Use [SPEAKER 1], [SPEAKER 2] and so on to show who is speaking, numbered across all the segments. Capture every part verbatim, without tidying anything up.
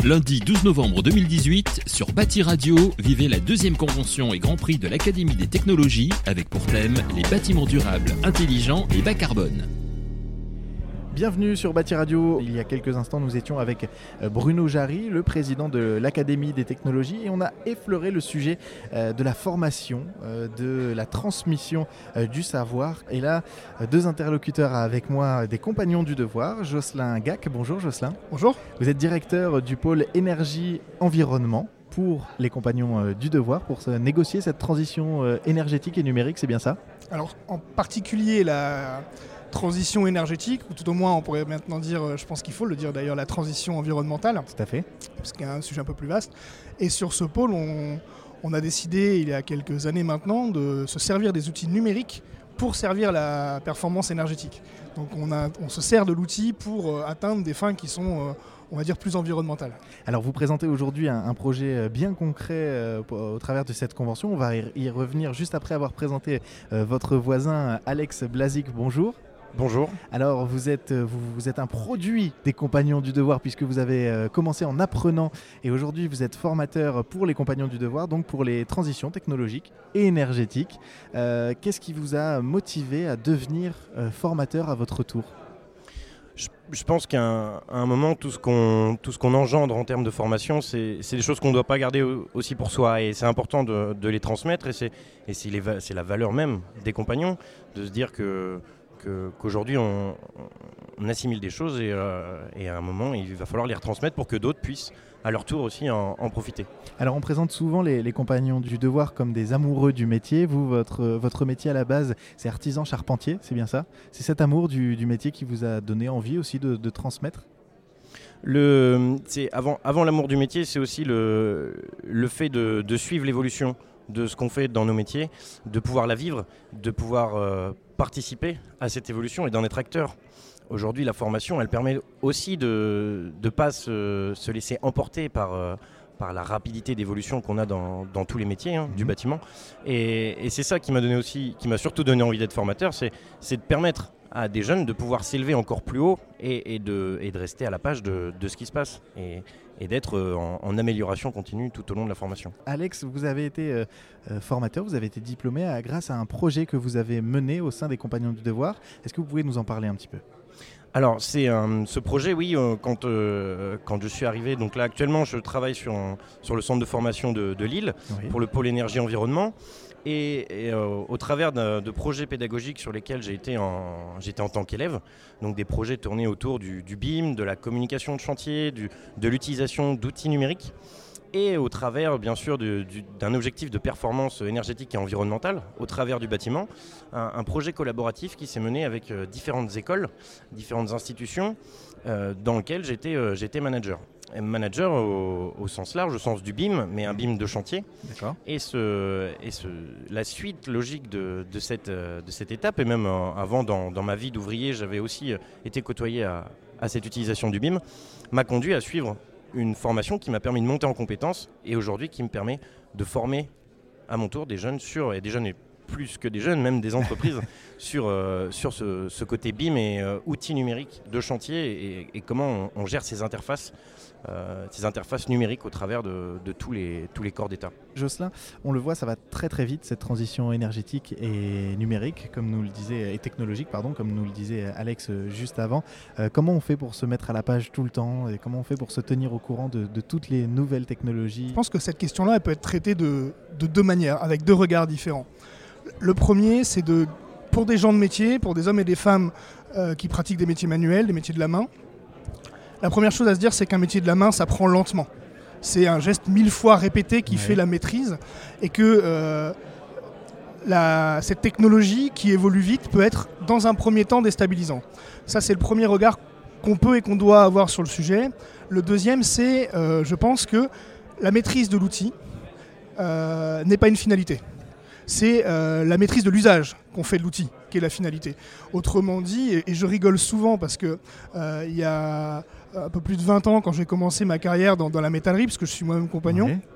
[SPEAKER 1] Lundi douze novembre deux mille dix-huit, sur Bâti Radio, vivez la deuxième convention et Grand Prix de l'Académie des Technologies avec pour thème les bâtiments durables, intelligents et bas carbone.
[SPEAKER 2] Bienvenue sur Bâti Radio. Il y a quelques instants, nous étions avec Bruno Jarry, le président de l'Académie des Technologies, et on a effleuré le sujet de la formation, de la transmission du savoir. Et là, deux interlocuteurs avec moi, des compagnons du devoir. Jocelyn Gac, bonjour Jocelyn.
[SPEAKER 3] Bonjour.
[SPEAKER 2] Vous êtes directeur du pôle énergie-environnement pour les compagnons du devoir, pour négocier cette transition énergétique et numérique, c'est bien ça ? Alors,
[SPEAKER 3] en particulier la transition énergétique, ou tout au moins on pourrait maintenant dire, je pense qu'il faut le dire d'ailleurs, la transition environnementale.
[SPEAKER 2] Tout à fait.
[SPEAKER 3] Parce qu'il y a un sujet un peu plus vaste. Et sur ce pôle, on, on a décidé il y a quelques années maintenant de se servir des outils numériques pour servir la performance énergétique. Donc on, a, on se sert de l'outil pour atteindre des fins qui sont, on va dire, plus environnementales.
[SPEAKER 2] Alors vous présentez aujourd'hui un, un projet bien concret euh, au travers de cette convention. On va y, y revenir juste après avoir présenté euh, votre voisin Alex Blazik. Bonjour.
[SPEAKER 4] Bonjour.
[SPEAKER 2] Alors vous êtes, vous, vous êtes un produit des Compagnons du Devoir puisque vous avez euh, commencé en apprenant et aujourd'hui vous êtes formateur pour les Compagnons du Devoir, donc pour les transitions technologiques et énergétiques. Euh, qu'est-ce qui vous a motivé à devenir euh, formateur à votre tour ?
[SPEAKER 4] Je, je pense qu'à un, à un moment, tout ce, qu'on, tout ce qu'on engendre en termes de formation, c'est, c'est des choses qu'on ne doit pas garder aussi pour soi. Et c'est important de, de les transmettre et, c'est, et c'est, les, c'est la valeur même des compagnons de se dire que qu'aujourd'hui on, on assimile des choses et, euh, et à un moment il va falloir les retransmettre pour que d'autres puissent à leur tour aussi en, en profiter.
[SPEAKER 2] Alors on présente souvent les, les compagnons du devoir comme des amoureux du métier. Vous, votre, votre métier à la base, c'est artisan charpentier, c'est bien ça ? C'est cet amour du, du métier qui vous a donné envie aussi de, de transmettre ?
[SPEAKER 4] Le, c'est avant, avant l'amour du métier, c'est aussi le, le fait de, de suivre l'évolution de ce qu'on fait dans nos métiers, de pouvoir la vivre, de pouvoir euh, participer à cette évolution et d'en être acteur. Aujourd'hui, la formation, elle permet aussi de ne pas se, se laisser emporter par, euh, par la rapidité d'évolution qu'on a dans, dans tous les métiers hein, mmh. du bâtiment. Et, et c'est ça qui m'a donné aussi, qui m'a surtout donné envie d'être formateur, c'est, c'est de permettre à des jeunes de pouvoir s'élever encore plus haut et, et, de, et de rester à la page de, de ce qui se passe et, et d'être en, en amélioration continue tout au long de la formation.
[SPEAKER 2] Alex, vous avez été euh, formateur, vous avez été diplômé à, grâce à un projet que vous avez mené au sein des Compagnons du Devoir. Est-ce que vous pouvez nous en parler un petit peu ?
[SPEAKER 4] Alors, c'est euh, ce projet, oui, euh, quand, euh, quand je suis arrivé, donc là actuellement je travaille sur, un, sur le centre de formation de, de Lille oui. pour le pôle énergie-environnement. Et, et euh, au travers de, de projets pédagogiques sur lesquels j'ai été en, j'étais en tant qu'élève, donc des projets tournés autour du, du B I M, de la communication de chantier, du, de l'utilisation d'outils numériques, et au travers bien sûr de, du, d'un objectif de performance énergétique et environnementale au travers du bâtiment, un, un projet collaboratif qui s'est mené avec euh, différentes écoles, différentes institutions, euh, dans lequel j'étais, euh, j'étais manager. Manager au, au sens large, au sens du B I M, mais un B I M de chantier.
[SPEAKER 2] D'accord.
[SPEAKER 4] Et, ce, et ce, la suite logique de, de, cette, de cette étape, et même euh, avant dans, dans ma vie d'ouvrier, j'avais aussi été côtoyé à, à cette utilisation du B I M, m'a conduit à suivre une formation qui m'a permis de monter en compétences et aujourd'hui qui me permet de former à mon tour des jeunes sur, et des jeunes et plus que des jeunes, même des entreprises, sur, euh, sur ce, ce côté B I M et euh, outils numériques de chantier et, et comment on, on gère ces interfaces, euh, ces interfaces numériques au travers de, de tous, les, tous les corps d'État.
[SPEAKER 2] Jocelyn, on le voit, ça va très très vite cette transition énergétique et numérique, comme nous le disait, et technologique, pardon, comme nous le disait Alex juste avant. Euh, comment on fait pour se mettre à la page tout le temps et comment on fait pour se tenir au courant de, de toutes les nouvelles technologies ?
[SPEAKER 3] Je pense que cette question-là, elle peut être traitée de, de deux manières, avec deux regards différents. Le premier, c'est de, pour des gens de métier, pour des hommes et des femmes euh, qui pratiquent des métiers manuels, des métiers de la main, la première chose à se dire, c'est qu'un métier de la main s'apprend lentement. C'est un geste mille fois répété qui ouais. fait la maîtrise et que euh, la, cette technologie qui évolue vite peut être, dans un premier temps, déstabilisant. Ça, c'est le premier regard qu'on peut et qu'on doit avoir sur le sujet. Le deuxième, c'est, euh, je pense que la maîtrise de l'outil euh, n'est pas une finalité. C'est euh, la maîtrise de l'usage qu'on fait de l'outil qui est la finalité. Autrement dit, et, et je rigole souvent parce que euh, il y a un peu plus de vingt ans, quand j'ai commencé ma carrière dans, dans la métallerie, parce que je suis moi-même compagnon, oui.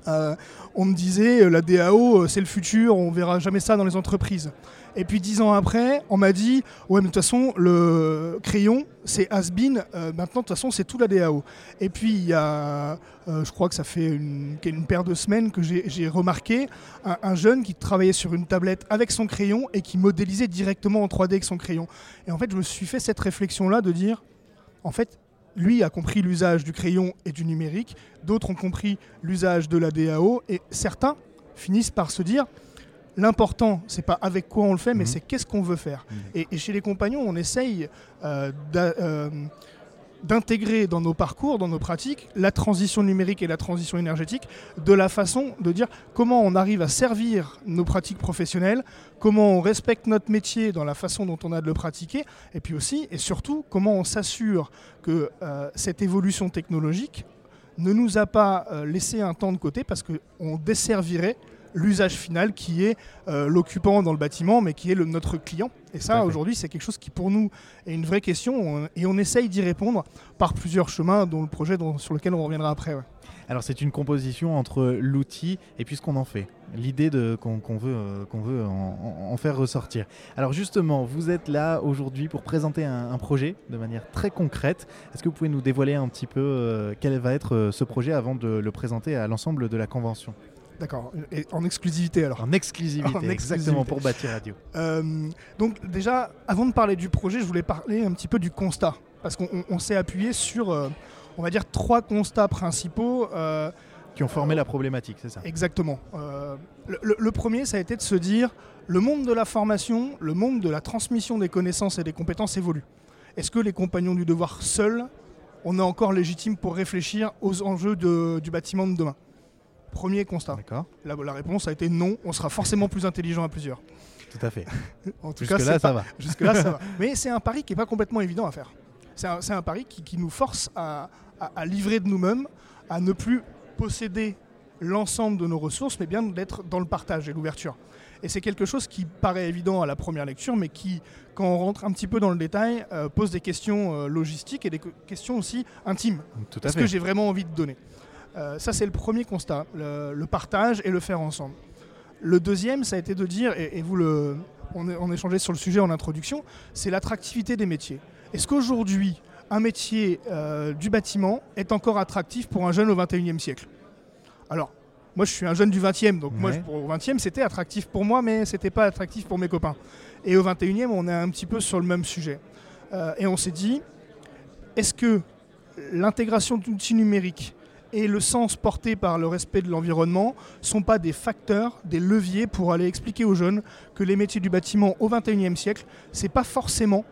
[SPEAKER 3] Euh, on me disait, euh, la D A O, euh, c'est le futur, on verra jamais ça dans les entreprises. Et puis dix ans après, on m'a dit, ouais, mais de toute façon, le crayon, c'est has-been, euh, maintenant, de toute façon, c'est tout la D A O. Et puis, il y a, euh, je crois que ça fait une, une paire de semaines que j'ai, j'ai remarqué un, un jeune qui travaillait sur une tablette avec son crayon et qui modélisait directement en trois D avec son crayon. Et en fait, je me suis fait cette réflexion-là de dire, en fait, lui a compris l'usage du crayon et du numérique, d'autres ont compris l'usage de la D A O, et certains finissent par se dire l'important, c'est pas avec quoi on le fait, mais mmh. c'est qu'est-ce qu'on veut faire. Mmh. Et, et chez les compagnons, on essaye euh, d'a, euh, d'intégrer dans nos parcours, dans nos pratiques, la transition numérique et la transition énergétique, de la façon de dire comment on arrive à servir nos pratiques professionnelles, comment on respecte notre métier dans la façon dont on a de le pratiquer, et puis aussi, et surtout, comment on s'assure que euh, cette évolution technologique ne nous a pas euh, laissé un temps de côté parce qu'on desservirait l'usage final qui est euh, l'occupant dans le bâtiment, mais qui est le, notre client. Et ça, aujourd'hui, c'est quelque chose qui, pour nous, est une vraie question. On, et on essaye d'y répondre par plusieurs chemins, dont le projet dont, sur lequel on reviendra après. Ouais.
[SPEAKER 2] Alors, c'est une composition entre l'outil et puis ce qu'on en fait. L'idée de, qu'on, qu'on veut, euh, qu'on veut en, en faire ressortir. Alors, justement, vous êtes là aujourd'hui pour présenter un, un projet de manière très concrète. Est-ce que vous pouvez nous dévoiler un petit peu euh, quel va être euh, ce projet avant de le présenter à l'ensemble de la convention ?
[SPEAKER 3] D'accord, et en exclusivité alors.
[SPEAKER 2] En exclusivité, en exclusivité. Exactement, pour Bâti Radio.
[SPEAKER 3] Euh, donc déjà, avant de parler du projet, je voulais parler un petit peu du constat. Parce qu'on on, on s'est appuyé sur, euh, on va dire, trois constats principaux. Euh,
[SPEAKER 2] qui ont formé euh, la problématique, c'est ça ?
[SPEAKER 3] Exactement. Euh, le, le, le premier, ça a été de se dire, le monde de la formation, le monde de la transmission des connaissances et des compétences évolue. Est-ce que les compagnons du devoir seuls, on est encore légitime pour réfléchir aux enjeux de, du bâtiment de demain ? Premier constat.
[SPEAKER 2] D'accord.
[SPEAKER 3] La, la réponse a été non, on sera forcément plus intelligent à plusieurs.
[SPEAKER 2] Tout à fait.
[SPEAKER 3] en tout
[SPEAKER 2] Jusque-là,
[SPEAKER 3] cas,
[SPEAKER 2] ça
[SPEAKER 3] pas,
[SPEAKER 2] va.
[SPEAKER 3] Jusque-là, ça va. Mais c'est un pari qui n'est pas complètement évident à faire. C'est un, c'est un pari qui, qui nous force à, à, à livrer de nous-mêmes, à ne plus posséder l'ensemble de nos ressources, mais bien d'être dans le partage et l'ouverture. Et c'est quelque chose qui paraît évident à la première lecture, mais qui, quand on rentre un petit peu dans le détail, euh, pose des questions euh, logistiques et des questions aussi intimes.
[SPEAKER 2] Tout à
[SPEAKER 3] Est-ce
[SPEAKER 2] fait.
[SPEAKER 3] que j'ai vraiment envie de donner ? Euh, ça, c'est le premier constat, le, le partage et le faire ensemble. Le deuxième, ça a été de dire, et, et vous le, on, on échangeait sur le sujet en introduction, c'est l'attractivité des métiers. Est-ce qu'aujourd'hui, un métier euh, du bâtiment est encore attractif pour un jeune au vingt et unième siècle ? Alors, moi, je suis un jeune du vingtième, donc ouais. moi, je, au vingtième, c'était attractif pour moi, mais c'était pas attractif pour mes copains. Et au vingt et unième, on est un petit peu sur le même sujet. Euh, et on s'est dit, est-ce que l'intégration d'outils numériques et le sens porté par le respect de l'environnement ne sont pas des facteurs, des leviers pour aller expliquer aux jeunes que les métiers du bâtiment au vingt et unième siècle, ce n'est pas forcément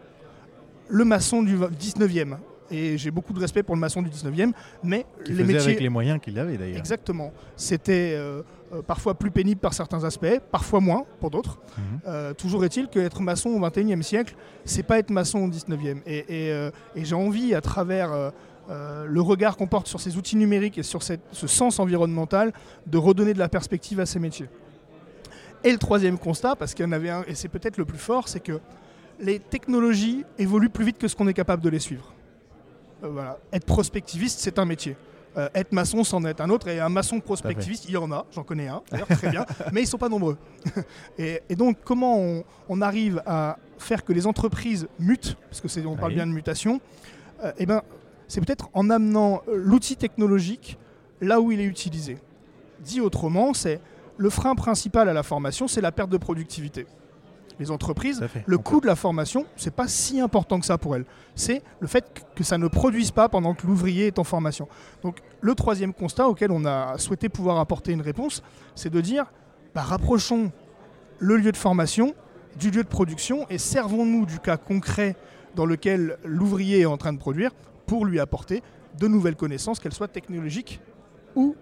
[SPEAKER 3] le maçon du dix-neuvième. Et j'ai beaucoup de respect pour le maçon du dix-neuvième, mais
[SPEAKER 2] qui
[SPEAKER 3] les
[SPEAKER 2] faisait
[SPEAKER 3] métiers...
[SPEAKER 2] avec les moyens qu'il avait d'ailleurs.
[SPEAKER 3] Exactement. C'était euh, euh, parfois plus pénible par certains aspects, parfois moins pour d'autres. Mmh. Euh, toujours est-il qu'être maçon au vingt et unième siècle, c'est pas être maçon au dix-neuvième. Et, et, euh, et j'ai envie, à travers... Euh, Euh, le regard qu'on porte sur ces outils numériques et sur cette, ce sens environnemental, de redonner de la perspective à ces métiers. Et le troisième constat, parce qu'il y en avait un, et c'est peut-être le plus fort, c'est que les technologies évoluent plus vite que ce qu'on est capable de les suivre. Euh, voilà. Être prospectiviste, c'est un métier. Euh, être maçon, c'en est un autre. Et un maçon prospectiviste, il y en a, j'en connais un, d'ailleurs, très bien, mais ils ne sont pas nombreux. et, et donc, comment on, on arrive à faire que les entreprises mutent, parce que c'est, on parle oui. bien de mutation, euh, et ben, c'est peut-être en amenant l'outil technologique là où il est utilisé. Dit autrement, c'est le frein principal à la formation, c'est la perte de productivité. Les entreprises, le coût de la formation, c'est pas si important que ça pour elles. C'est le fait que ça ne produise pas pendant que l'ouvrier est en formation. Donc le troisième constat auquel on a souhaité pouvoir apporter une réponse, c'est de dire, bah, rapprochons le lieu de formation du lieu de production et servons-nous du cas concret dans lequel l'ouvrier est en train de produire pour lui apporter de nouvelles connaissances, qu'elles soient technologiques ou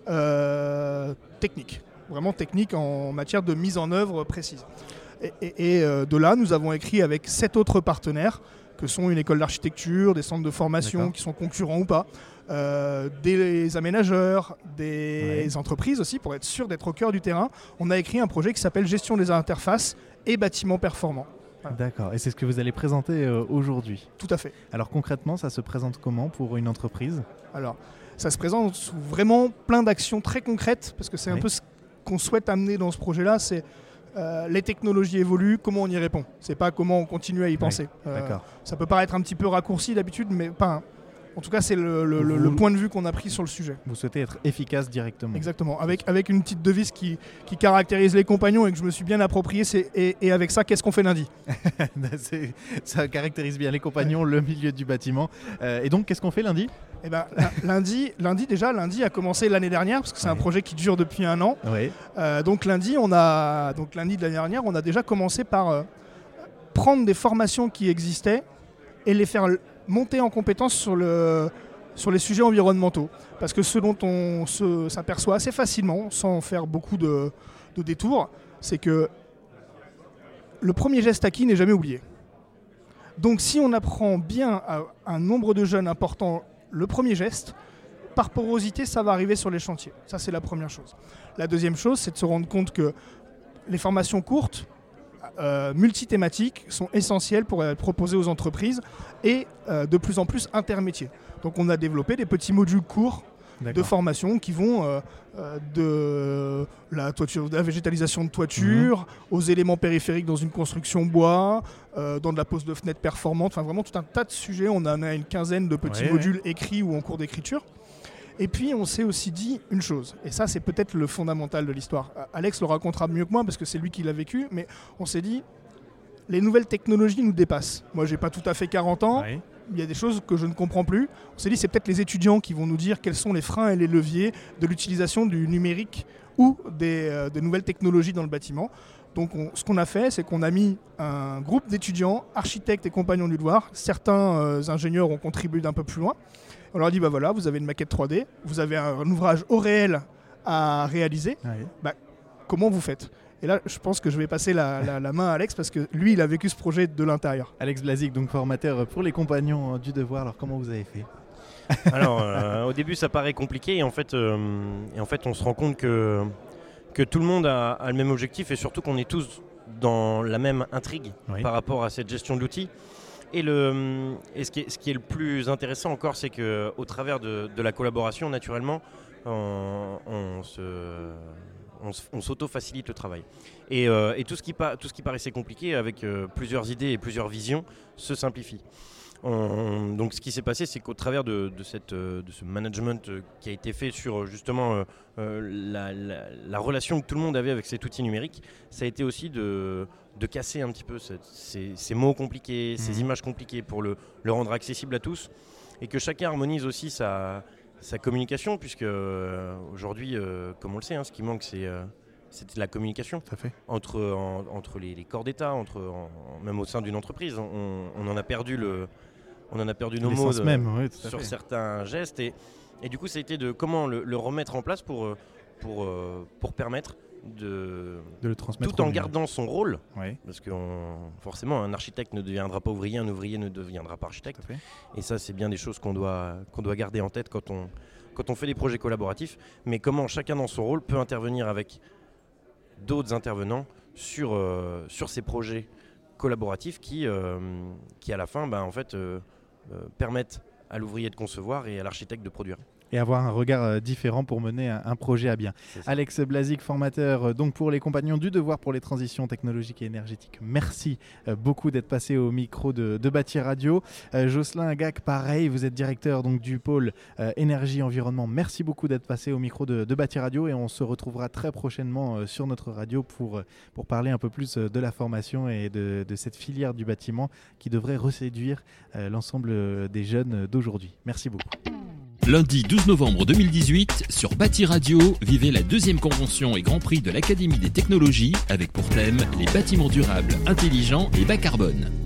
[SPEAKER 3] euh, techniques. Vraiment techniques en matière de mise en œuvre précise. Et, et, et euh, de là, nous avons écrit avec sept autres partenaires, que sont une école d'architecture, des centres de formation D'accord. qui sont concurrents ou pas, euh, des aménageurs, des ouais. entreprises aussi, pour être sûr d'être au cœur du terrain. On a écrit un projet qui s'appelle Gestion des interfaces et bâtiments performants. Voilà.
[SPEAKER 2] D'accord, et c'est ce que vous allez présenter euh, aujourd'hui.
[SPEAKER 3] Tout à fait.
[SPEAKER 2] Alors concrètement, ça se présente comment pour une entreprise ?
[SPEAKER 3] Alors, ça se présente sous vraiment plein d'actions très concrètes, parce que c'est
[SPEAKER 2] Oui.
[SPEAKER 3] un peu ce qu'on souhaite amener dans ce projet-là, c'est euh, les technologies évoluent, comment on y répond. C'est pas comment on continue à y penser. Euh,
[SPEAKER 2] D'accord.
[SPEAKER 3] ça peut paraître un petit peu raccourci d'habitude, mais pas. En tout cas, c'est le, le- le-
[SPEAKER 2] Vous-
[SPEAKER 3] le point de vue qu'on a pris sur le sujet.
[SPEAKER 2] Vous souhaitez être efficace directement.
[SPEAKER 3] Exactement. Avec, avec une petite devise qui, qui caractérise les compagnons et que je me suis bien approprié, c'est et, et avec ça, qu'est-ce qu'on fait lundi ?
[SPEAKER 2] C'est- ça caractérise bien les compagnons, le milieu du bâtiment. Euh, et donc, qu'est-ce qu'on fait lundi ?
[SPEAKER 3] Eh ben, l- lundi, lundi, déjà, lundi a commencé l'année dernière, parce que c'est un
[SPEAKER 2] Ouais.
[SPEAKER 3] projet qui dure depuis un an.
[SPEAKER 2] Oui.
[SPEAKER 3] Euh, donc lundi, on a donc lundi de l'année dernière, on a déjà commencé par euh, prendre des formations qui existaient et les faire l- monter en compétences sur le sur les sujets environnementaux. Parce que ce dont on se- s'aperçoit assez facilement, sans faire beaucoup de, de détours, c'est que le premier geste acquis n'est jamais oublié. Donc si on apprend bien à un nombre de jeunes important le premier geste, par porosité, ça va arriver sur les chantiers. Ça, c'est la première chose. La deuxième chose, c'est de se rendre compte que les formations courtes, euh, multithématiques, sont essentielles pour être proposées aux entreprises et euh, de plus en plus intermétiers. Donc on a développé des petits modules courts de
[SPEAKER 2] D'accord.
[SPEAKER 3] formation qui vont euh, euh, de la, toiture, de la végétalisation de toiture
[SPEAKER 2] Mhm.
[SPEAKER 3] aux éléments périphériques dans une construction bois, euh, dans de la pose de fenêtres performantes, enfin vraiment tout un tas de sujets. On en a une quinzaine de petits
[SPEAKER 2] Ouais,
[SPEAKER 3] modules écrits ou en cours d'écriture. Et puis on s'est aussi dit une chose, et ça c'est peut-être le fondamental de l'histoire. Alex le racontera mieux que moi parce que c'est lui qui l'a vécu, mais on s'est dit, les nouvelles technologies nous dépassent. Moi j'ai pas tout à fait quarante ans,
[SPEAKER 2] Oui.
[SPEAKER 3] il y a des choses que je ne comprends plus. On s'est dit, c'est peut-être les étudiants qui vont nous dire quels sont les freins et les leviers de l'utilisation du numérique ou des, euh, des nouvelles technologies dans le bâtiment. Donc on- ce qu'on a fait, c'est qu'on a mis un groupe d'étudiants, architectes et compagnons du devoir. Certains euh, ingénieurs ont contribué d'un peu plus loin. On leur a dit, bah voilà, vous avez une maquette trois D, vous avez un, un ouvrage au réel à réaliser.
[SPEAKER 2] Oui.
[SPEAKER 3] Comment vous faites ? Et là, je pense que je vais passer la, la- la main à Alex parce que lui, il a vécu ce projet de l'intérieur.
[SPEAKER 2] Alex Blazik, donc formateur pour les compagnons du devoir. Alors, comment vous avez fait ?
[SPEAKER 4] Alors, euh, au début, ça paraît compliqué et en fait, euh, et en fait on se rend compte que, que tout le monde a, a le même objectif et surtout qu'on est tous dans la même intrigue
[SPEAKER 2] Oui.
[SPEAKER 4] par rapport à cette gestion de l'outil. Et, le, et ce, qui est, ce qui est le plus intéressant encore, c'est qu'au travers de, de la collaboration, naturellement, on, on se... on, s- on s'auto-facilite le travail. Et, euh, et tout, ce qui pa- tout ce qui paraissait compliqué, avec euh, plusieurs idées et plusieurs visions, se simplifie. On- donc ce qui s'est passé, c'est qu'au travers de, de, cette, euh, de ce management euh, qui a été fait sur euh, justement euh, euh, la, la- la relation que tout le monde avait avec cet outil numérique, ça a été aussi de, de casser un petit peu cette- ces, ces mots compliqués, ces
[SPEAKER 2] Mhm.
[SPEAKER 4] images compliquées pour le, le rendre accessible à tous et que chacun harmonise aussi sa, sa communication puisque euh, aujourd'hui, euh, comme on le sait, hein, ce qui manque c'est... euh, c'est la communication
[SPEAKER 2] Tout à fait.
[SPEAKER 4] entre, en- entre les, les corps d'État, entre, en- en- même au sein d'une entreprise. On, on en a perdu, le, on en a perdu nos mots
[SPEAKER 2] L'essence
[SPEAKER 4] de-
[SPEAKER 2] même, oui, tout à
[SPEAKER 4] sur
[SPEAKER 2] fait.
[SPEAKER 4] certains gestes. Et, et du coup, ça a été de comment le, le remettre en place pour, euh, pour, euh, pour permettre de...
[SPEAKER 2] De le transmettre
[SPEAKER 4] Tout
[SPEAKER 2] au
[SPEAKER 4] en
[SPEAKER 2] mieux.
[SPEAKER 4] gardant son rôle,
[SPEAKER 2] Oui,
[SPEAKER 4] parce que on- forcément, un architecte ne deviendra pas ouvrier, un ouvrier ne deviendra pas
[SPEAKER 2] tout
[SPEAKER 4] architecte.
[SPEAKER 2] à fait.
[SPEAKER 4] Et ça, c'est bien des choses qu'on doit, qu'on doit garder en tête quand on, quand on fait des projets collaboratifs. Mais comment chacun dans son rôle peut intervenir avec d'autres intervenants sur, euh, sur ces projets collaboratifs qui, euh, qui à la fin, bah, en fait, euh, euh, permettent à l'ouvrier de concevoir et à l'architecte de produire.
[SPEAKER 2] Et avoir un regard euh, différent pour mener un, un projet à bien.
[SPEAKER 4] C'est ça.
[SPEAKER 2] Alex Blazik, formateur euh, donc pour les compagnons du devoir pour les transitions technologiques et énergétiques. Merci euh, beaucoup d'être passé au micro de, de Bâti Radio. Euh, Jocelyn Gac, pareil, vous êtes directeur donc du pôle euh, énergie environnement. Merci beaucoup d'être passé au micro de, de Bâti Radio et on se retrouvera très prochainement euh, sur notre radio pour, euh, pour parler un peu plus euh, de la formation et de, de cette filière du bâtiment qui devrait reséduire euh, l'ensemble euh, des jeunes d'aujourd'hui. Merci beaucoup.
[SPEAKER 1] Lundi douze novembre deux mille dix-huit, sur Bâti Radio, vivez la deuxième convention et Grand Prix de l'Académie des technologies avec pour thème les bâtiments durables, intelligents et bas carbone.